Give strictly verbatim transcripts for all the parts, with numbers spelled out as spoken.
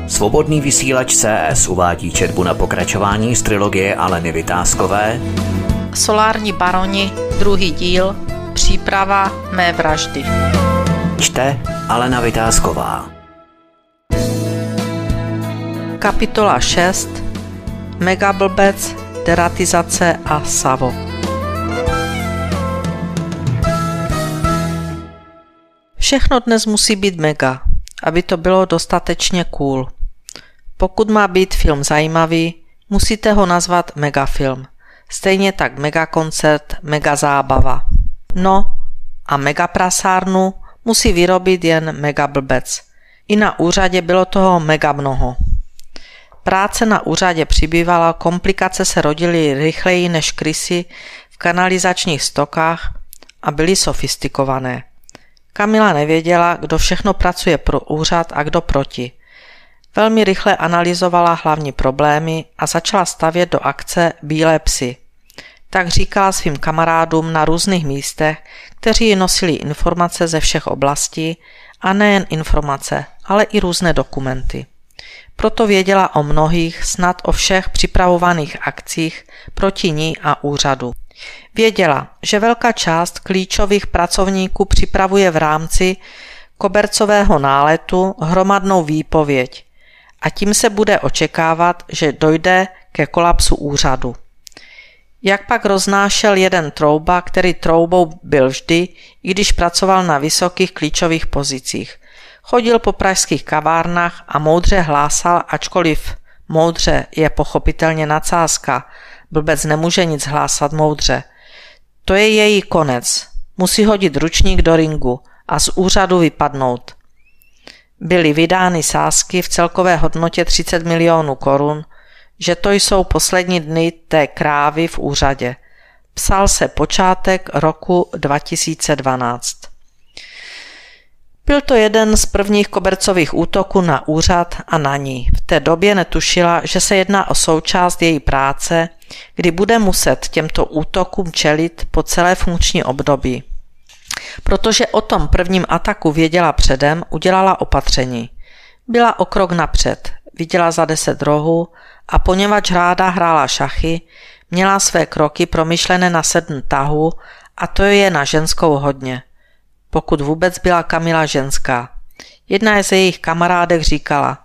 Svobodný vysílač C S uvádí četbu na pokračování z trilogie Aleny Vytázkové Solární baroni, druhý díl, příprava mé vraždy. Čte Alena Vytázková. Kapitola šest. Megablbec, deratizace a Savo. Všechno dnes musí být mega, aby to bylo dostatečně cool. Pokud má být film zajímavý, musíte ho nazvat megafilm. Stejně tak megakoncert, megazábava. No a megaprasárnu musí vyrobit jen megablbec. I na úřadě bylo toho mega mnoho. Práce na úřadě přibývala, komplikace se rodily rychleji než krysy v kanalizačních stokách a byly sofistikované. Kamila nevěděla, kdo všechno pracuje pro úřad a kdo proti. Velmi rychle analyzovala hlavní problémy a začala stavět do akce bílé psy. Tak říkala svým kamarádům na různých místech, kteří nosili informace ze všech oblastí, a nejen informace, ale i různé dokumenty. Proto věděla o mnohých, snad o všech připravovaných akcích proti ní a úřadu. Věděla, že velká část klíčových pracovníků připravuje v rámci kobercového náletu hromadnou výpověď a tím se bude očekávat, že dojde ke kolapsu úřadu. Jak pak roznášel jeden trouba, který troubou byl vždy, i když pracoval na vysokých klíčových pozicích. Chodil po pražských kavárnách a moudře hlásal, ačkoliv moudře je pochopitelně nadsázka, blbec nemůže nic hlásat moudře. To je její konec. Musí hodit ručník do ringu a z úřadu vypadnout. Byly vydány sázky v celkové hodnotě třicet milionů korun, že to jsou poslední dny té krávy v úřadě. Psal se počátek roku dva tisíce dvanáct. Byl to jeden z prvních kobercových útoků na úřad a na ní. V té době netušila, že se jedná o součást její práce, kdy bude muset těmto útokům čelit po celé funkční období. Protože o tom prvním ataku věděla předem, udělala opatření. Byla o krok napřed, viděla za deset rohů a poněvadž ráda hrála šachy, měla své kroky promyšlené na sedm tahů a to je na ženskou hodně. Pokud vůbec byla Kamila ženská. Jedna z jejich kamarádek říkala: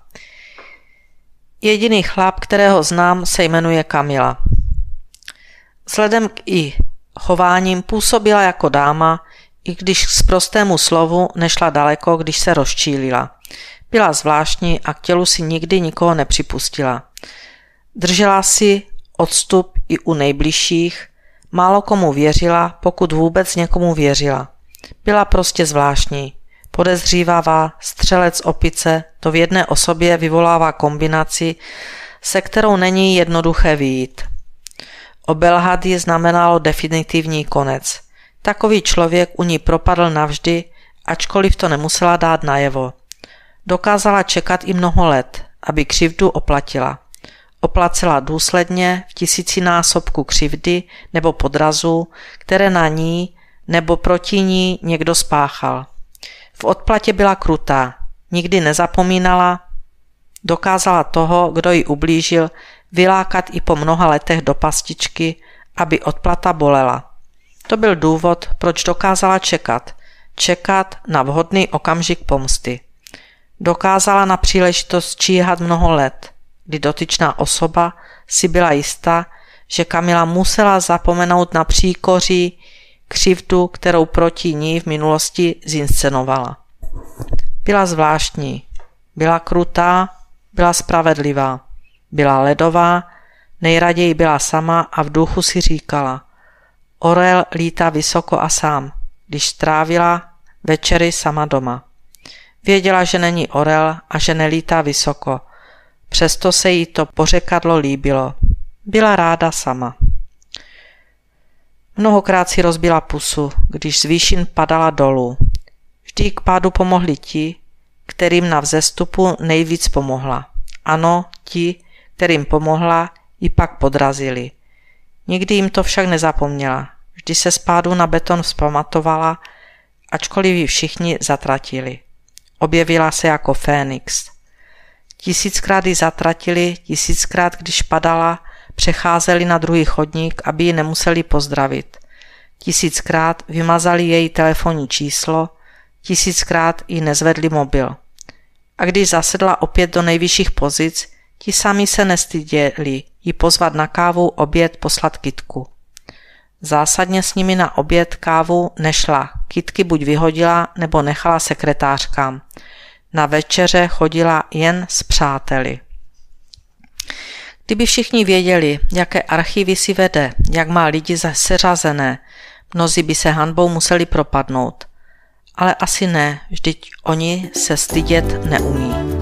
jediný chlap, kterého znám, se jmenuje Kamila. Vzhledem k i chováním působila jako dáma, i když z prostému slovu nešla daleko, když se rozčílila. Byla zvláštní a k tělu si nikdy nikoho nepřipustila. Držela si odstup i u nejbližších, málo komu věřila, pokud vůbec někomu věřila. Byla prostě zvláštní, podezřívavá, střelec opice, to v jedné osobě vyvolává kombinaci, se kterou není jednoduché vyjít. Obelhat ji znamenalo definitivní konec. Takový člověk u ní propadl navždy, ačkoliv to nemusela dát najevo. Dokázala čekat i mnoho let, aby křivdu oplatila. Oplatila důsledně v tisícinásobku křivdy nebo podrazu, které na ní nebo proti ní někdo spáchal. V odplatě byla krutá, nikdy nezapomínala, dokázala toho, kdo ji ublížil, vylákat i po mnoha letech do pastičky, aby odplata bolela. To byl důvod, proč dokázala čekat, čekat na vhodný okamžik pomsty. Dokázala na příležitost číhat mnoho let, kdy dotyčná osoba si byla jistá, že Kamila musela zapomenout na příkoří, křivdu, kterou proti ní v minulosti zinscenovala. Byla zvláštní, byla krutá, byla spravedlivá, byla ledová, nejraději byla sama a v duchu si říkala: orel lítá vysoko a sám, když strávila večery sama doma. Věděla, že není orel a že nelítá vysoko, přesto se jí to pořekadlo líbilo. Byla ráda sama. Mnohokrát si rozbila pusu, když z výšin padala dolů. Vždy k pádu pomohli ti, kterým na vzestupu nejvíc pomohla. Ano, ti, kterým pomohla, ji pak podrazili. Nikdy jim to však nezapomněla. Vždy se z pádu na beton vzpamatovala, ačkoliv ji všichni zatratili. Objevila se jako Fénix. Tisíckrát ji zatratili, tisíckrát, když padala, přecházeli na druhý chodník, aby ji nemuseli pozdravit. Tisíckrát vymazali její telefonní číslo, tisíckrát jí nezvedli mobil. A když zasedla opět do nejvyšších pozic, ti sami se nestyděli jí pozvat na kávu, oběd, poslat kytku. Zásadně s nimi na oběd, kávu nešla, kytky buď vyhodila, nebo nechala sekretářkám. Na večeře chodila jen s přáteli. Kdyby všichni věděli, jaké archivy si vede, jak má lidi seřazené, mnozí by se hanbou museli propadnout. Ale asi ne, vždyť oni se stydět neumí.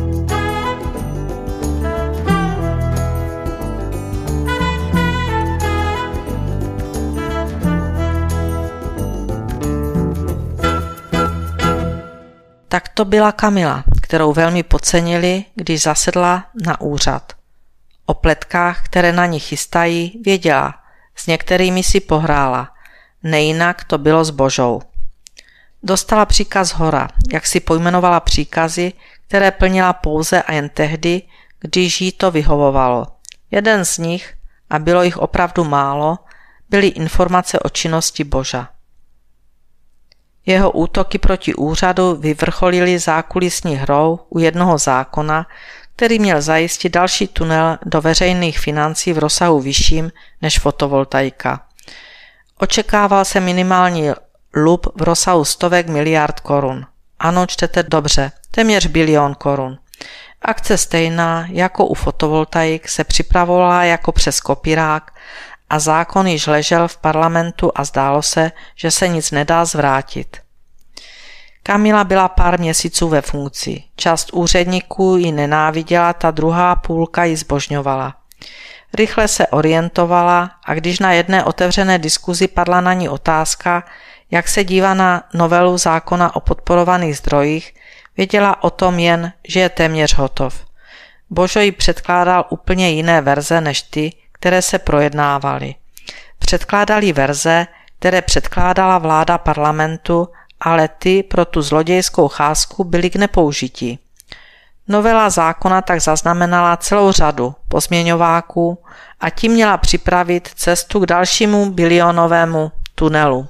Tak to byla Kamila, kterou velmi podcenili, když zasedla na úřad. O pletkách, které na ní chystají, věděla, s některými si pohrála, nejinak to bylo s Božou. Dostala příkaz hora, jak si pojmenovala příkazy, které plnila pouze a jen tehdy, když jí to vyhovovalo. Jeden z nich, a bylo jich opravdu málo, byly informace o činnosti Boža. Jeho útoky proti úřadu vyvrcholily zákulisní hrou u jednoho zákona, který měl zajistit další tunel do veřejných financí v rozsahu vyšším než fotovoltaika. Očekával se minimální lup v rozsahu stovek miliard korun. Ano, čtete dobře, téměř bilion korun. Akce stejná jako u fotovoltaik se připravovala jako přes kopírák a zákon již ležel v parlamentu a zdálo se, že se nic nedá zvrátit. Kamila byla pár měsíců ve funkci. Část úředníků ji nenáviděla, ta druhá půlka ji zbožňovala. Rychle se orientovala a když na jedné otevřené diskuzi padla na ní otázka, jak se dívá na novelu zákona o podporovaných zdrojích, věděla o tom jen, že je téměř hotov. Božo jí předkládal úplně jiné verze než ty, které se projednávaly. Předkládali verze, které předkládala vláda parlamentu, ale ty pro tu zlodějskou cházku byly k nepoužití. Novela zákona tak zaznamenala celou řadu pozměňováků a tím měla připravit cestu k dalšímu bilionovému tunelu.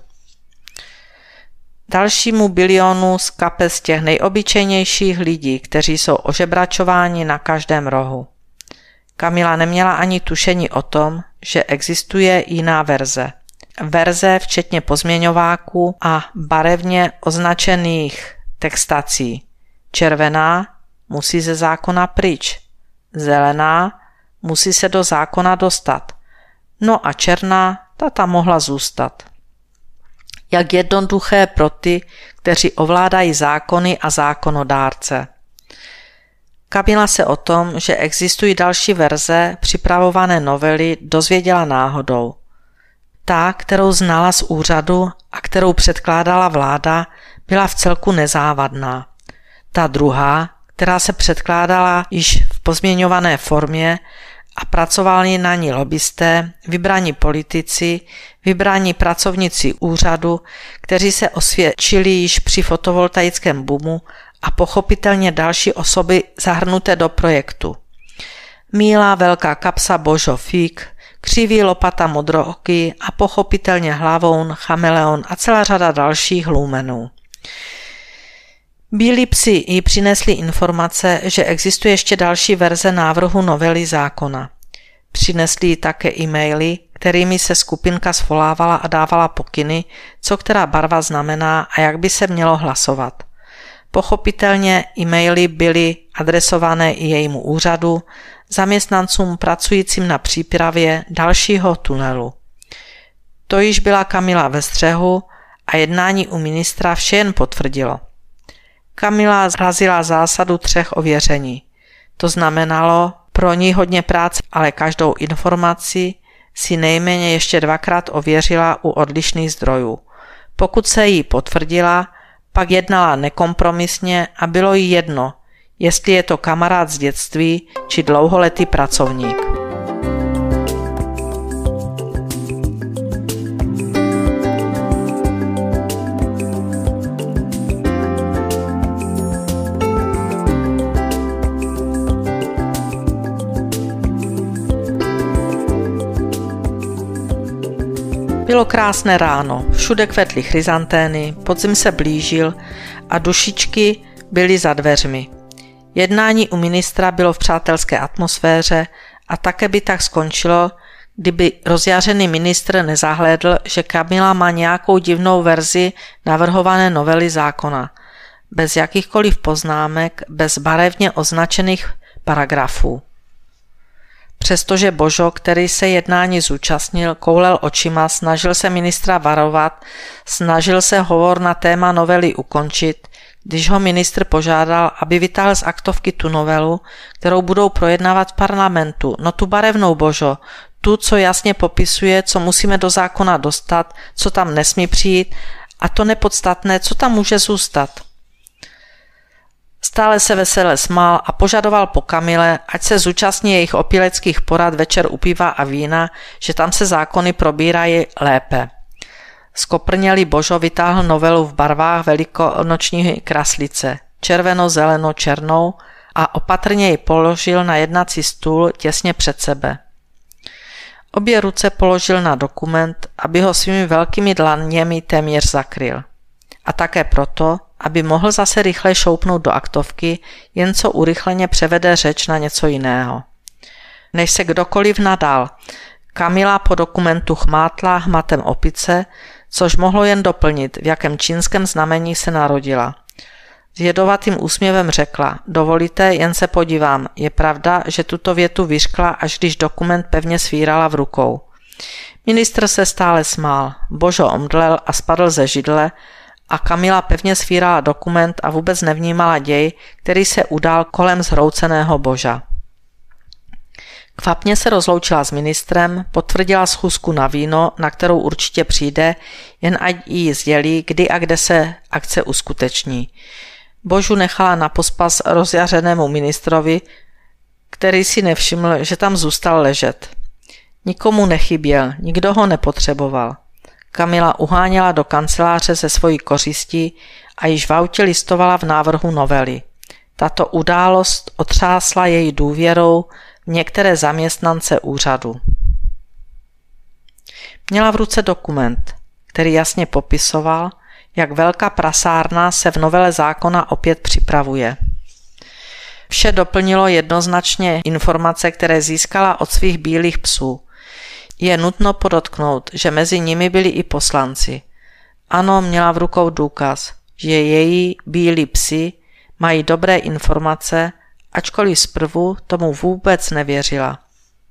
Dalšímu bilionu z kapes těch nejobyčejnějších lidí, kteří jsou ožebračováni na každém rohu. Kamila neměla ani tušení o tom, že existuje jiná verze. Verze včetně pozměňováků a barevně označených textací. Červená musí ze zákona pryč, zelená musí se do zákona dostat, no a černá ta tam mohla zůstat. Jak jednoduché pro ty, kteří ovládají zákony a zákonodárce. Kamila se o tom, že existují další verze připravované novely, dozvěděla náhodou. Ta, kterou znala z úřadu a kterou předkládala vláda, byla v celku nezávadná. Ta druhá, která se předkládala již v pozměňované formě a pracovali na ní lobbysté, vybraní politici, vybraní pracovníci úřadu, kteří se osvědčili již při fotovoltaickém boomu a pochopitelně další osoby zahrnuté do projektu. Míla velká kapsa Božo Fík, křivý lopata modrooky a pochopitelně hlavoun, chameleon a celá řada dalších lumenů. Bílí psi jí přinesli informace, že existuje ještě další verze návrhu novely zákona. Přinesli jí také e-maily, kterými se skupinka svolávala a dávala pokyny, co která barva znamená a jak by se mělo hlasovat. Pochopitelně e-maily byly adresované i jejímu úřadu, zaměstnancům pracujícím na přípravě dalšího tunelu. To již byla Kamila ve střehu a jednání u ministra vše jen potvrdilo. Kamila zrazila zásadu třech ověření. To znamenalo pro ní hodně práce, ale každou informaci si nejméně ještě dvakrát ověřila u odlišných zdrojů. Pokud se jí potvrdila, pak jednala nekompromisně a bylo jí jedno, jestli je to kamarád z dětství či dlouholetý pracovník. Bylo krásné ráno, všude kvetly chryzantény, podzim se blížil a dušičky byly za dveřmi. Jednání u ministra bylo v přátelské atmosféře a také by tak skončilo, kdyby rozjařený ministr nezahlédl, že Kamila má nějakou divnou verzi navrhované novely zákona, bez jakýchkoliv poznámek, bez barevně označených paragrafů. Přestože Božo, který se jednání zúčastnil, koulel očima, snažil se ministra varovat, snažil se hovor na téma novely ukončit, když ho ministr požádal, aby vytáhl z aktovky tu novelu, kterou budou projednávat v parlamentu, no tu barevnou, Božo, tu, co jasně popisuje, co musíme do zákona dostat, co tam nesmí přijít a to nepodstatné, co tam může zůstat. Stále se vesele smál a požadoval po Kamile, ať se zúčastní jejich opileckých porad večer u piva a vína, že tam se zákony probírají lépe. Skoprnělý Božo vytáhl novelu v barvách velikonoční kraslice, červeno, zeleno, černou a opatrně ji položil na jednací stůl těsně před sebe. Obě ruce položil na dokument, aby ho svými velkými dlaněmi téměř zakryl. A také proto, aby mohl zase rychle šoupnout do aktovky, jen co urychleně převede řeč na něco jiného. Než se kdokoliv nadal, Kamila po dokumentu chmátla hmatem opice, což mohlo jen doplnit, v jakém čínském znamení se narodila. S jedovatým úsměvem řekla, dovolíte, jen se podívám, je pravda, že tuto větu vyřkla, až když dokument pevně svírala v rukou. Ministr se stále smál, Božo omdlel a spadl ze židle a Kamila pevně svírala dokument a vůbec nevnímala děj, který se udál kolem zhrouceného Boža. Kvapně se rozloučila s ministrem, potvrdila schůzku na víno, na kterou určitě přijde, jen ať jí sdělí, kdy a kde se akce uskuteční. Božu nechala na pospas rozjařenému ministrovi, který si nevšiml, že tam zůstal ležet. Nikomu nechyběl, nikdo ho nepotřeboval. Kamila uháněla do kanceláře se svojí kořistí a již v autě listovala v návrhu novely. Tato událost otřásla její důvěrou v některé zaměstnance úřadu. Měla v ruce dokument, který jasně popisoval, jak velká prasárna se v novele zákona opět připravuje. Vše doplnilo jednoznačně informace, které získala od svých bílých psů. Je nutno podotknout, že mezi nimi byli i poslanci. Ano, měla v rukou důkaz, že její bílí psi mají dobré informace, ačkoliv zprvu tomu vůbec nevěřila.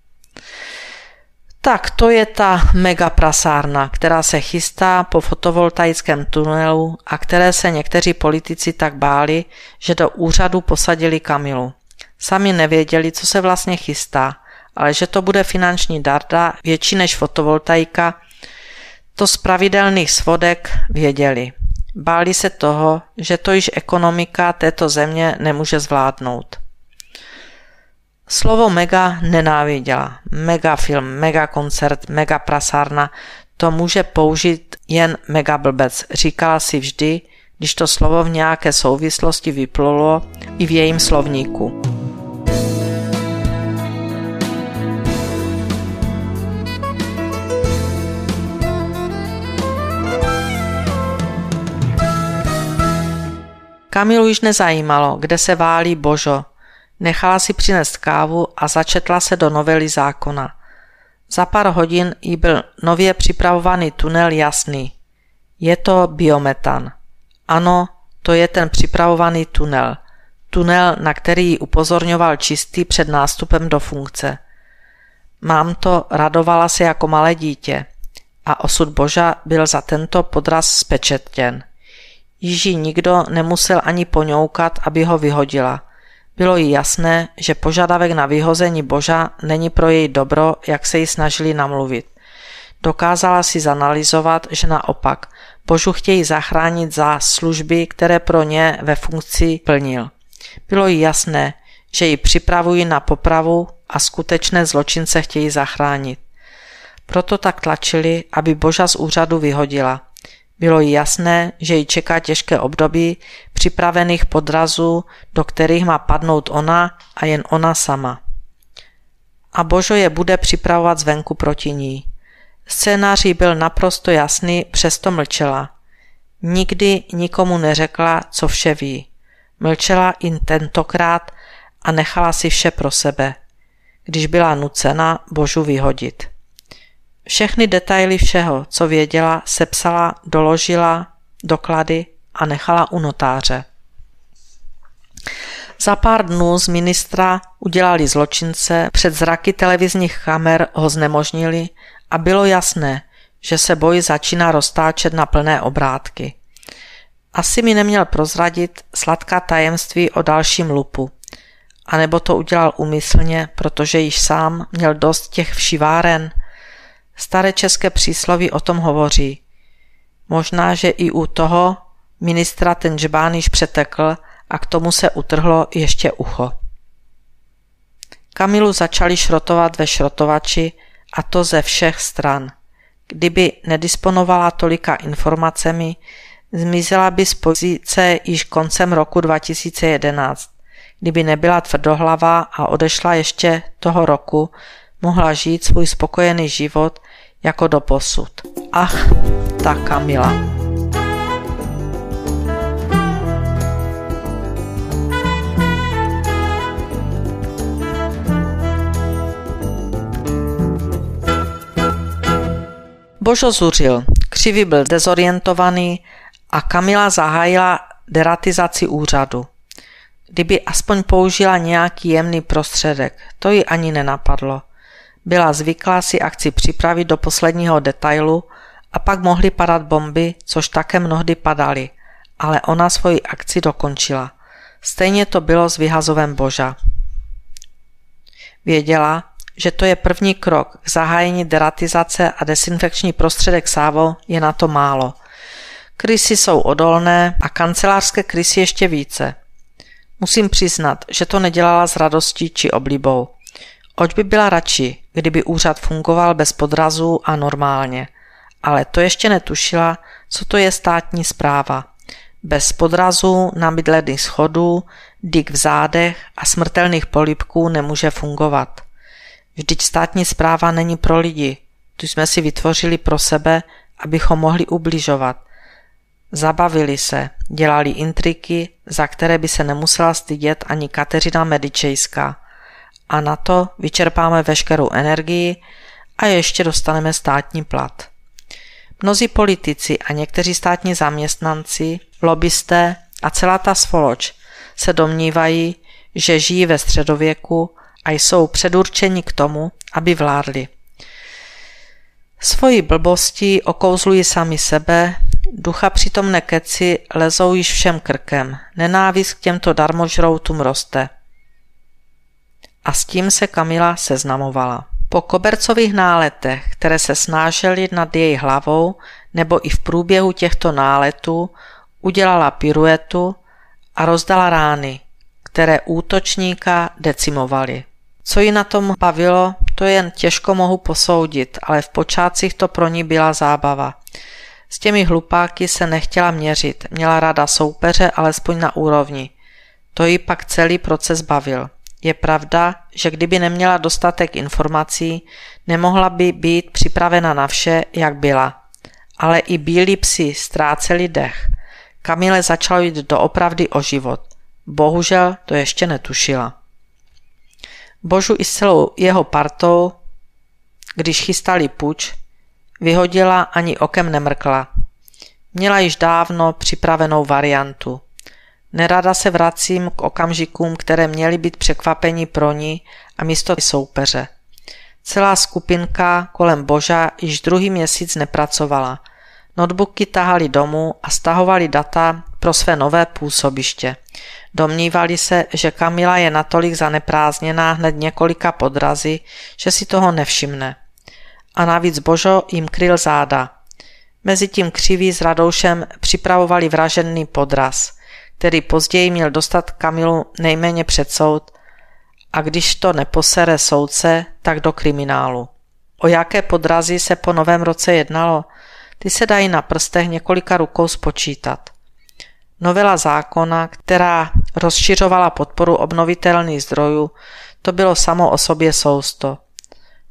Tak to je ta megaprasárna, která se chystá po fotovoltaickém tunelu a které se někteří politici tak báli, že do úřadu posadili Kamilu. Sami nevěděli, co se vlastně chystá, ale že to bude finanční darda větší než fotovoltaika, to z pravidelných svodek věděli. Báli se toho, že to již ekonomika této země nemůže zvládnout. Slovo mega nenáviděla. Megafilm, megakoncert, megaprasárna, to může použít jen megablbec, říkala si vždy, když to slovo v nějaké souvislosti vyplulo i v jejím slovníku. Kamilu již nezajímalo, kde se válí Božo. Nechala si přinést kávu a začetla se do novely zákona. Za pár hodin jí byl nově připravovaný tunel jasný. Je to biometan. Ano, to je ten připravovaný tunel. Tunel, na který ji upozorňoval Čistý před nástupem do funkce. Mám to, radovala se jako malé dítě. A osud Boža byl za tento podraz spečetěn. Již ji nikdo nemusel ani poňoukat, aby ho vyhodila. Bylo jí jasné, že požadavek na vyhození Boža není pro její dobro, jak se jí snažili namluvit. Dokázala si zanalyzovat, že naopak Božu chtějí zachránit za služby, které pro ně ve funkci plnil. Bylo jí jasné, že ji připravují na popravu a skutečné zločince chtějí zachránit. Proto tak tlačili, aby Boža z úřadu vyhodila. Bylo jí jasné, že ji čeká těžké období připravených podrazů, do kterých má padnout ona a jen ona sama. A Božo je bude připravovat zvenku proti ní. Scénář jí byl naprosto jasný, přesto mlčela. Nikdy nikomu neřekla, co vše ví. Mlčela i tentokrát a nechala si vše pro sebe, když byla nucena Božu vyhodit. Všechny detaily všeho, co věděla, sepsala, doložila, doklady a nechala u notáře. Za pár dnů z ministra udělali zločince, před zraky televizních kamer ho znemožnili a bylo jasné, že se boj začíná roztáčet na plné obrátky. Asi mi neměl prozradit sladká tajemství o dalším lupu. A nebo to udělal úmyslně, protože již sám měl dost těch všiváren. Staré české přísloví o tom hovoří. Možná, že i u toho ministra ten džbán již přetekl a k tomu se utrhlo ještě ucho. Kamilu začali šrotovat ve šrotovači, a to ze všech stran. Kdyby nedisponovala tolika informacemi, zmizela by z pozice již koncem roku dva tisíce jedenáct. Kdyby nebyla tvrdohlavá a odešla ještě toho roku, mohla žít svůj spokojený život jako doposud. Ach, ta Kamila. Božo zuřil, Křivý byl dezorientovaný a Kamila zahájila deratizaci úřadu. Kdyby aspoň použila nějaký jemný prostředek, to ji ani nenapadlo. Byla zvyklá si akci připravit do posledního detailu a pak mohly padat bomby, což také mnohdy padaly, ale ona svoji akci dokončila. Stejně to bylo s vyhazovem Boža. Věděla, že to je první krok k zahájení deratizace a desinfekční prostředek Sávo je na to málo. Krysy jsou odolné a kancelářské krysy ještě více. Musím přiznat, že to nedělala s radostí či oblibou. Oč by byla radši, kdyby úřad fungoval bez podrazů a normálně. Ale to ještě netušila, co to je státní správa. Bez podrazů, nabydlených schodů, dyk v zádech a smrtelných polibků nemůže fungovat. Vždyť státní správa není pro lidi, tu jsme si vytvořili pro sebe, abychom mohli ubližovat. Zabavili se, dělali intriky, za které by se nemusela stydět ani Kateřina Medičejská. A na to vyčerpáme veškerou energii a ještě dostaneme státní plat. Mnozí politici a někteří státní zaměstnanci, lobbysté a celá ta svoloč se domnívají, že žijí ve středověku a jsou předurčeni k tomu, aby vládli. Svojí blbostí okouzlují sami sebe, ducha přítomné keci lezou již všem krkem, nenávist k těmto darmožroutům roste. A s tím se Kamila seznamovala. Po kobercových náletech, které se snášely nad její hlavou, nebo i v průběhu těchto náletů, udělala piruetu a rozdala rány, které útočníka decimovaly. Co ji na tom bavilo, to jen těžko mohu posoudit, ale v počátcích to pro ní byla zábava. S těmi hlupáky se nechtěla měřit, měla ráda soupeře alespoň na úrovni. To ji pak celý proces bavil. Je pravda, že kdyby neměla dostatek informací, nemohla by být připravena na vše, jak byla. Ale i bílí psi ztráceli dech. Kamile začalo jít doopravdy o život. Bohužel to ještě netušila. Božu i s celou jeho partou, když chystali puč, vyhodila ani okem nemrkla. Měla již dávno připravenou variantu. Nerada se vracím k okamžikům, které měly být překvapení pro ní a místo soupeře. Celá skupinka kolem Boža již druhý měsíc nepracovala. Notebooky tahali domů a stahovali data pro své nové působiště. Domnívali se, že Kamila je natolik zaneprázdněná hned několika podrazy, že si toho nevšimne. A navíc Božo jim kryl záda. Mezitím Křivý s Radoušem připravovali vražedný podraz, který později měl dostat Kamilu nejméně před soud a když to neposere soudce, tak do kriminálu. O jaké podrazy se po novém roce jednalo? Ty se dají na prstech několika rukou spočítat. Novela zákona, která rozšiřovala podporu obnovitelných zdrojů, to bylo samo o sobě sousto.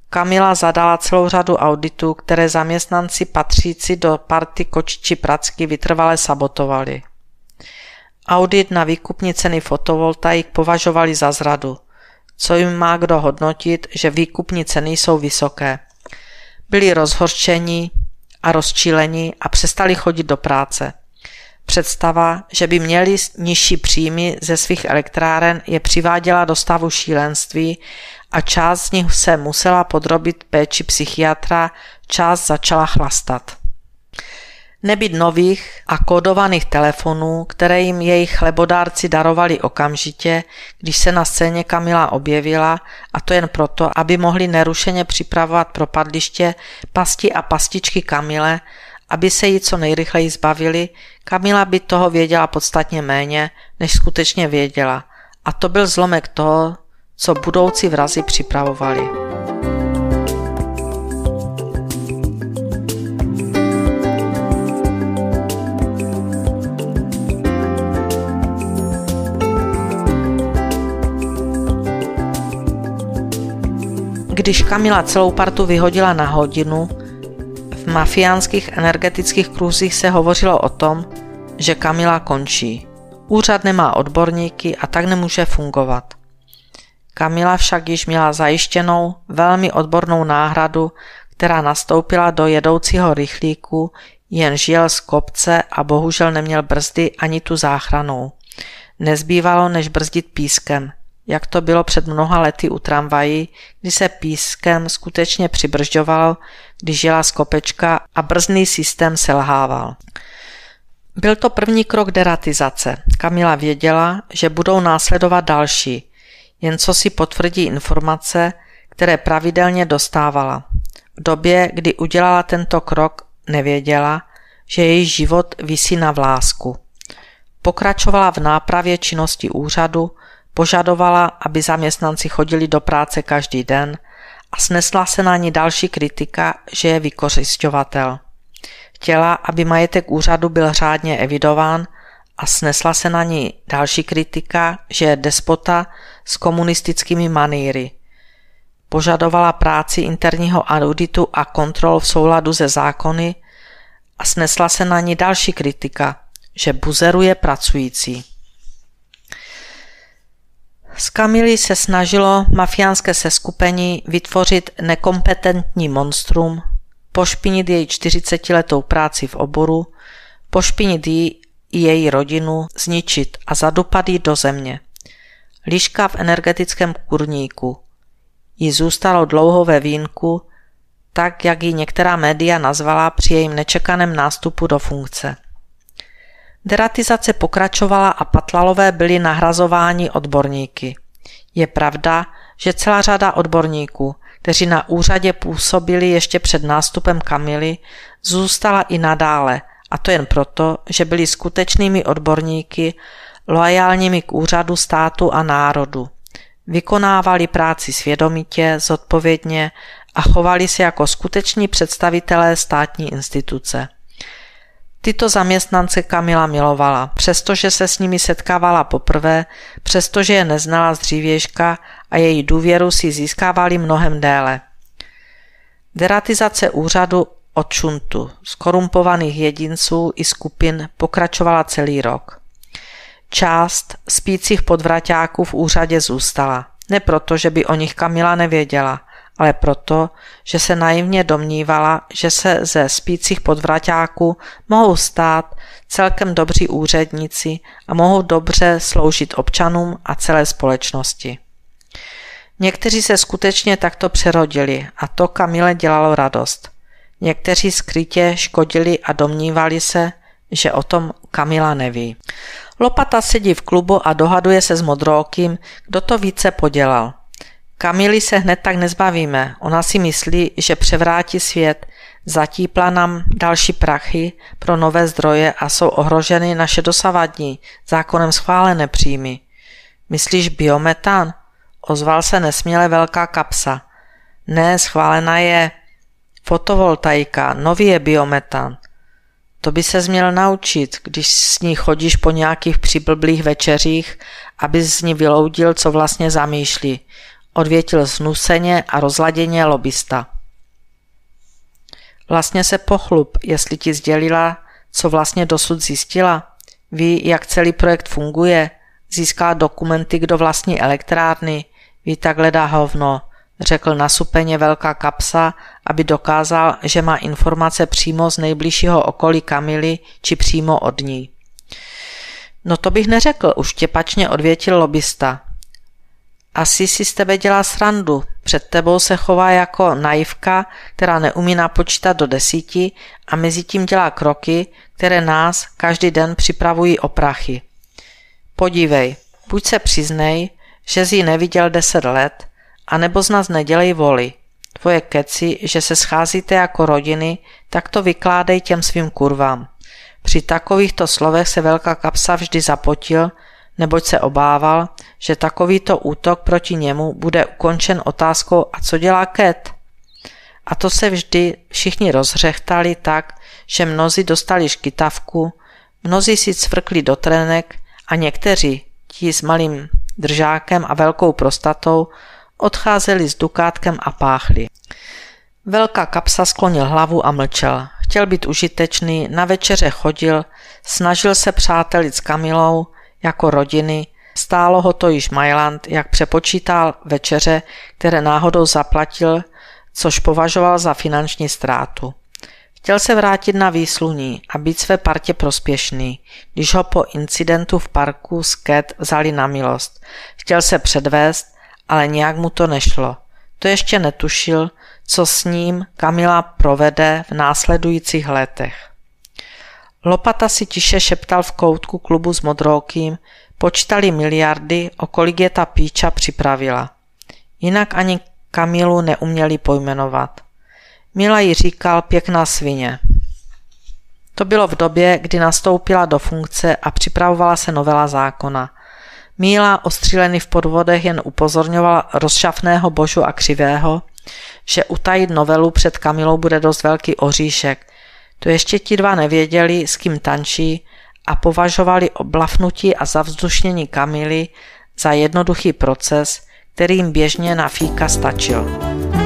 Kamila zadala celou řadu auditů, které zaměstnanci patřící do party Kočičí pracky vytrvale sabotovali. Audit na výkupní ceny fotovoltaik považovali za zradu. Co jim má kdo hodnotit, že výkupní ceny jsou vysoké. Byli rozhořčení a rozčílení a přestali chodit do práce. Představa, že by měli nižší příjmy ze svých elektráren, je přiváděla do stavu šílenství a část z nich se musela podrobit péči psychiatra, část začala chlastat. Nebýt nových a kódovaných telefonů, které jim jejich chlebodárci darovali okamžitě, když se na scéně Kamila objevila, a to jen proto, aby mohli nerušeně připravovat propadliště pasti a pastičky Kamile, aby se jí co nejrychleji zbavili, Kamila by toho věděla podstatně méně, než skutečně věděla. A to byl zlomek toho, co budoucí vrazi připravovali. Když Kamila celou partu vyhodila na hodinu, v mafiánských energetických kruzích se hovořilo o tom, že Kamila končí. Úřad nemá odborníky a tak nemůže fungovat. Kamila však již měla zajištěnou velmi odbornou náhradu, která nastoupila do jedoucího rychlíku, jenž jel z kopce a bohužel neměl brzdy ani tu záchranou. Nezbývalo než brzdit pískem, jak to bylo před mnoha lety u tramvají, kdy se pískem skutečně přibržďovalo, když jela z kopečka a brzdný systém selhával. Byl to první krok deratizace. Kamila věděla, že budou následovat další, jen co si potvrdí informace, které pravidelně dostávala. V době, kdy udělala tento krok, nevěděla, že její život visí na vlásku. Pokračovala v nápravě činnosti úřadu, požadovala, aby zaměstnanci chodili do práce každý den a snesla se na ní další kritika, že je vykořisťovatel. Chtěla, aby majetek úřadu byl řádně evidován a snesla se na ní další kritika, že je despota s komunistickými manýry. Požadovala práci interního auditu a kontrol v souladu se zákony a snesla se na ní další kritika, že buzeruje pracující. Z Kamily se snažilo mafiánské seskupení vytvořit nekompetentní monstrum, pošpinit její čtyřicetiletou práci v oboru, pošpinit ji i její rodinu, zničit a zadupat ji do země. Liška v energetickém kurníku. Jí zůstalo dlouho ve vínku, tak jak ji některá média nazvala při jejím nečekaném nástupu do funkce. Deratizace pokračovala a patlalové byli nahrazováni odborníky. Je pravda, že celá řada odborníků, kteří na úřadě působili ještě před nástupem Kamily, zůstala i nadále, a to jen proto, že byli skutečnými odborníky, loajálními k úřadu, státu a národu. Vykonávali práci svědomitě, zodpovědně a chovali se jako skuteční představitelé státní instituce. Tyto zaměstnance Kamila milovala, přestože se s nimi setkávala poprvé, přestože je neznala z dřívějška a její důvěru si získávali mnohem déle. Deratizace úřadu od šuntu, skorumpovaných jedinců i skupin pokračovala celý rok. Část spících podvraťáků v úřadě zůstala, ne proto, že by o nich Kamila nevěděla, ale proto, že se naivně domnívala, že se ze spících podvraťáků mohou stát celkem dobří úředníci a mohou dobře sloužit občanům a celé společnosti. Někteří se skutečně takto přerodili a to Kamile dělalo radost. Někteří skrytě škodili a domnívali se, že o tom Kamila neví. Lopata sedí v klubu a dohaduje se s Modrookým, kdo to více podělal. Kamily se hned tak nezbavíme, ona si myslí, že převrátí svět, zatípla nám další prachy pro nové zdroje a jsou ohroženy naše dosavadní, zákonem schválené příjmy. Myslíš biometan? Ozval se nesměle velká kapsa. Ne, schválená je fotovoltaika, nový je biometan. To by se měl naučit, když s ní chodíš po nějakých přiblblých večeřích, aby z ní vyloudil, co vlastně zamýšlí. odvětil znuseně a rozladěně lobista. Vlastně se pochlup, jestli ti sdělila, co vlastně dosud zjistila. Ví, jak celý projekt funguje, získala dokumenty, kdo vlastní elektrárny, ví, tak hledá hovno, řekl nasupeně Velká kapsa, aby dokázal, že má informace přímo z nejbližšího okolí Kamily či přímo od ní. No to bych neřekl, už těpačně odvětil lobista. Asi si z tebe dělá srandu, před tebou se chová jako naivka, která neumí napočítat do desíti a mezi tím dělá kroky, které nás každý den připravují o prachy. Podívej, buď se přiznej, že jsi ji neviděl deset let, anebo z nás nedělej voli. Tvoje keci, že se scházíte jako rodiny, tak to vykládej těm svým kurvám. Při takovýchto slovech se Velká kapsa vždy zapotil, neboť se obával, že takovýto útok proti němu bude ukončen otázkou a co dělá Cat? A to se vždy všichni rozřechtali tak, že mnozí dostali škytavku, mnozí si cvrkli do trenek a někteří, ti s malým držákem a velkou prostatou, odcházeli s dukátkem a páchli. Velká kapsa sklonil hlavu a mlčel. Chtěl být užitečný, na večeře chodil, snažil se přátelit s Kamilou jako rodiny, stálo ho to již Majland, jak přepočítal večeře, které náhodou zaplatil, což považoval za finanční ztrátu. Chtěl se vrátit na výsluní a být své partě prospěšný, když ho po incidentu v parku s Cat vzali na milost. Chtěl se předvést, ale nějak mu to nešlo. To ještě netušil, co s ním Kamila provede v následujících letech. Lopata si tiše šeptal v koutku klubu s modrookým, počítali miliardy, o kolik je ta píča připravila. Jinak ani Kamilu neuměli pojmenovat. Mila jí říkal pěkná svině. To bylo v době, kdy nastoupila do funkce a připravovala se novela zákona. Míla, ostřílený v podvodech, jen upozorňoval rozšafného Božu a Křivého, že utajit novelu před Kamilou bude dost velký oříšek. To ještě ti dva nevěděli, s kým tančí a považovali oblafnutí a zavzdušnění Kamily za jednoduchý proces, který jim běžně na fíka stačil.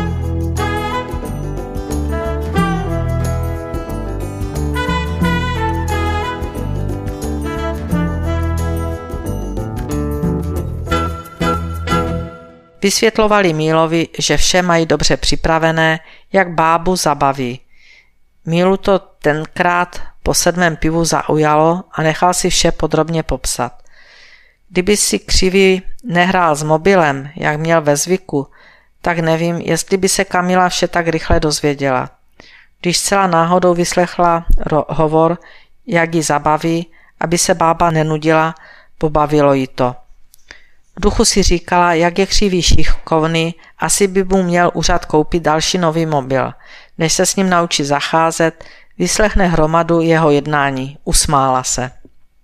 Vysvětlovali Mílovi, že vše mají dobře připravené, jak bábu zabaví. Mílu to tenkrát po sedmém pivu zaujalo a nechal si vše podrobně popsat. Kdyby si Křivý nehrál s mobilem, jak měl ve zvyku, tak nevím, jestli by se Kamila vše tak rychle dozvěděla. Když zcela náhodou vyslechla hovor, jak ji zabaví, aby se bába nenudila, pobavilo jí to. V duchu si říkala, jak je Křivý šikovný, asi by mu měl úřad koupit další nový mobil. Než se s ním naučí zacházet, vyslechne hromadu jeho jednání. Usmála se.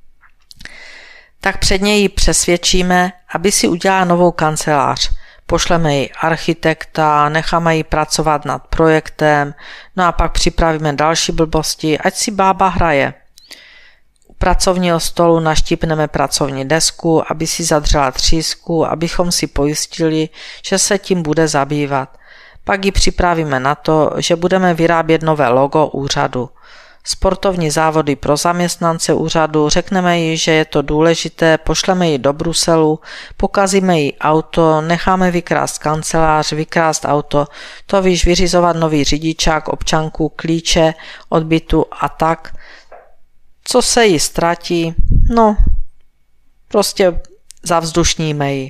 Tak předně ji přesvědčíme, aby si udělala novou kancelář. Pošleme jí architekta, necháme ji pracovat nad projektem, no a pak připravíme další blbosti, ať si bába hraje. U pracovního stolu naštípneme pracovní desku, aby si zadřela třísku, abychom si pojistili, že se tím bude zabývat. Pak ji připravíme na to, že budeme vyrábět nové logo úřadu. Sportovní závody pro zaměstnance úřadu, řekneme jí, že je to důležité, pošleme ji do Bruselu, pokazíme jí auto, necháme vykrást kancelář, vykrást auto, to víš, vyřizovat nový řidičák, občanku, klíče, odbytu a tak. Co se jí ztratí? No, prostě zavzdušníme ji.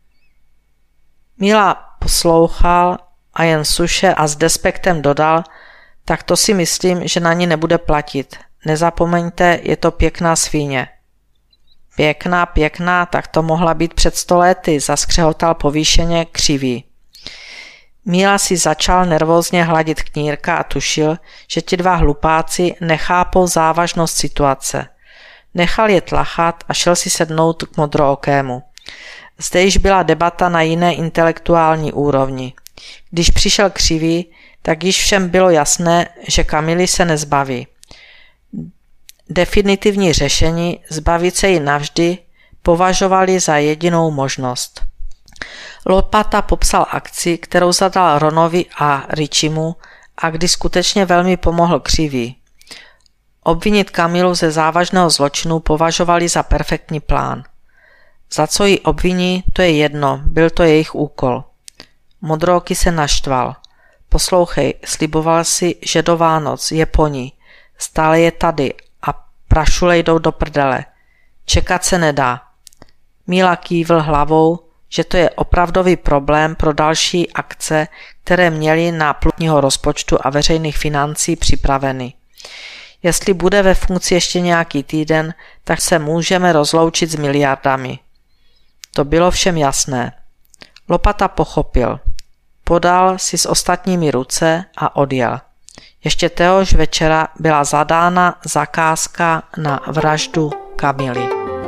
Míla poslouchal a jen suše a s despektem dodal, tak to si myslím, že na ní nebude platit. Nezapomeňte, je to pěkná svíně. Pěkná, pěkná, tak to mohla být před sto lety, zaskřehotal povýšeně Křivý. Míla si začal nervózně hladit knírka a tušil, že ti dva hlupáci nechápou závažnost situace. Nechal je tlachat a šel si sednout k modrookému. Zde již byla debata na jiné intelektuální úrovni. Když přišel Křivý, tak již všem bylo jasné, že Kamily se nezbaví. Definitivní řešení, zbavit se jí navždy, považovali za jedinou možnost. Lopata popsal akci, kterou zadal Ronovi a Richimu a kdy skutečně velmi pomohl Křivý. Obvinit Kamilu ze závažného zločinu považovali za perfektní plán. Za co ji obviní, to je jedno, byl to jejich úkol. Modrooky se naštval. Poslouchej, sliboval si, že do Vánoc je po ní. Stále je tady a prašule jdou do prdele. Čekat se nedá. Míla kývl hlavou, že to je opravdový problém pro další akce, které měly na plutního rozpočtu a veřejných financí připraveny. Jestli bude ve funkci ještě nějaký týden, tak se můžeme rozloučit s miliardami. To bylo všem jasné. Lopata pochopil. Podal si s ostatními ruce a odjel. Ještě téhož večera byla zadána zakázka na vraždu Kamily.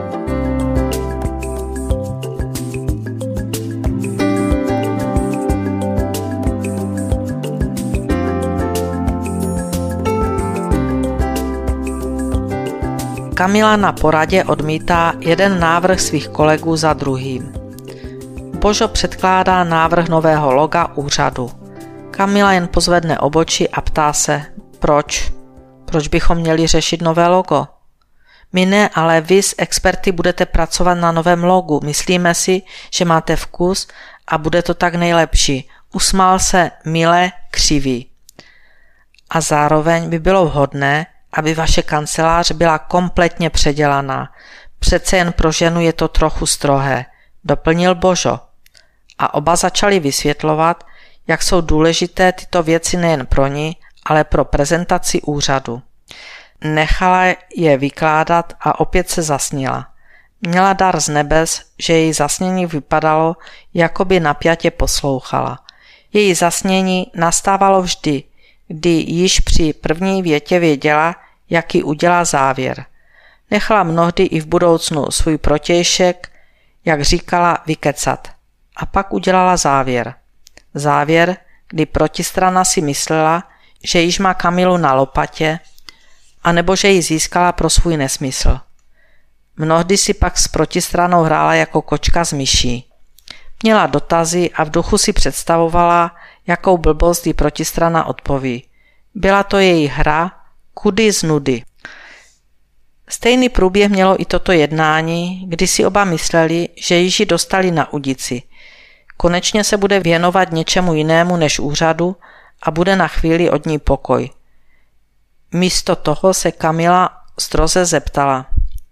Kamila na poradě odmítá jeden návrh svých kolegů za druhým. Božo předkládá návrh nového loga úřadu. Kamila jen pozvedne obočí a ptá se, proč? Proč bychom měli řešit nové logo? My ne, ale vy s experty budete pracovat na novém logu. Myslíme si, že máte vkus a bude to tak nejlepší. Usmál se mile Křivý. A zároveň by bylo vhodné, aby vaše kancelář byla kompletně předělaná. Přece jen pro ženu je to trochu strohé, doplnil Božo. A oba začali vysvětlovat, jak jsou důležité tyto věci nejen pro ní, ale pro prezentaci úřadu. Nechala je vykládat a opět se zasnila. Měla dar z nebes, že její zasnění vypadalo, jako by napjatě poslouchala. Její zasnění nastávalo vždy, kdy již při první větě věděla, jaký udělá závěr. Nechala mnohdy i v budoucnu svůj protějšek, jak říkala, vykecat. A pak udělala závěr. Závěr, kdy protistrana si myslela, že již má Kamilu na lopatě, anebo že ji získala pro svůj nesmysl. Mnohdy si pak s protistranou hrála jako kočka s myší. Měla dotazy a v duchu si představovala, jakou blbost jí protistrana odpoví. Byla to její hra, kudy z nudy. Stejný průběh mělo i toto jednání, kdy si oba mysleli, že již ji dostali na udici. Konečně se bude věnovat něčemu jinému než úřadu a bude na chvíli od ní pokoj. Místo toho se Kamila stroze zeptala.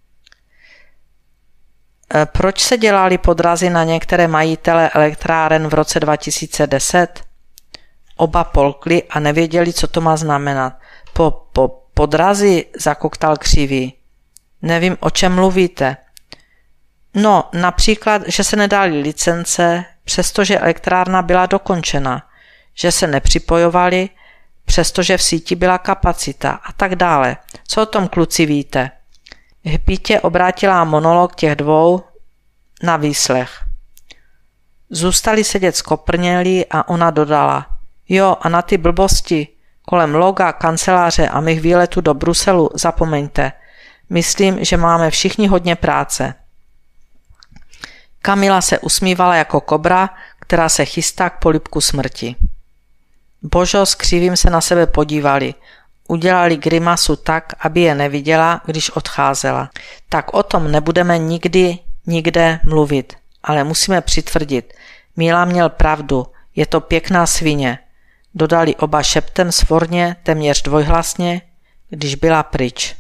Proč se dělali podrazy na některé majitele elektráren v roce dva tisíce deset? Oba polkli a nevěděli, co to má znamenat. Po, po podrazy, zakoktal Křivý. Nevím, o čem mluvíte. No, například, že se nedali licence, přestože elektrárna byla dokončena, že se nepřipojovali, přestože v síti byla kapacita a tak dále. Co o tom, kluci, víte? Hpítě obrátila monolog těch dvou na výslech. Zůstali sedět skoprnělí a ona dodala. Jo, a na ty blbosti kolem loga, kanceláře a mých výletů do Bruselu zapomeňte. Myslím, že máme všichni hodně práce. Kamila se usmívala jako kobra, která se chystá k polibku smrti. Božo s Křivým se na sebe podívali. Udělali grimasu tak, aby je neviděla, když odcházela. Tak o tom nebudeme nikdy, nikde mluvit, ale musíme přitvrdit. Míla měl pravdu, je to pěkná svině. Dodali oba šeptem svorně, téměř dvojhlasně, když byla pryč.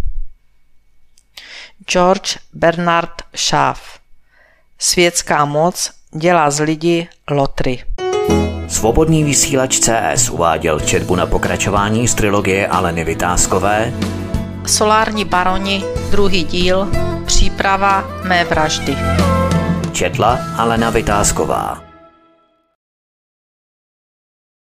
George Bernard Shaw. Světská moc dělá z lidí lotry. Svobodný vysílač C S uváděl četbu na pokračování z trilogie Aleny Vytázkové Solární baroni, druhý díl, příprava mé vraždy. Četla Alena Vytázková.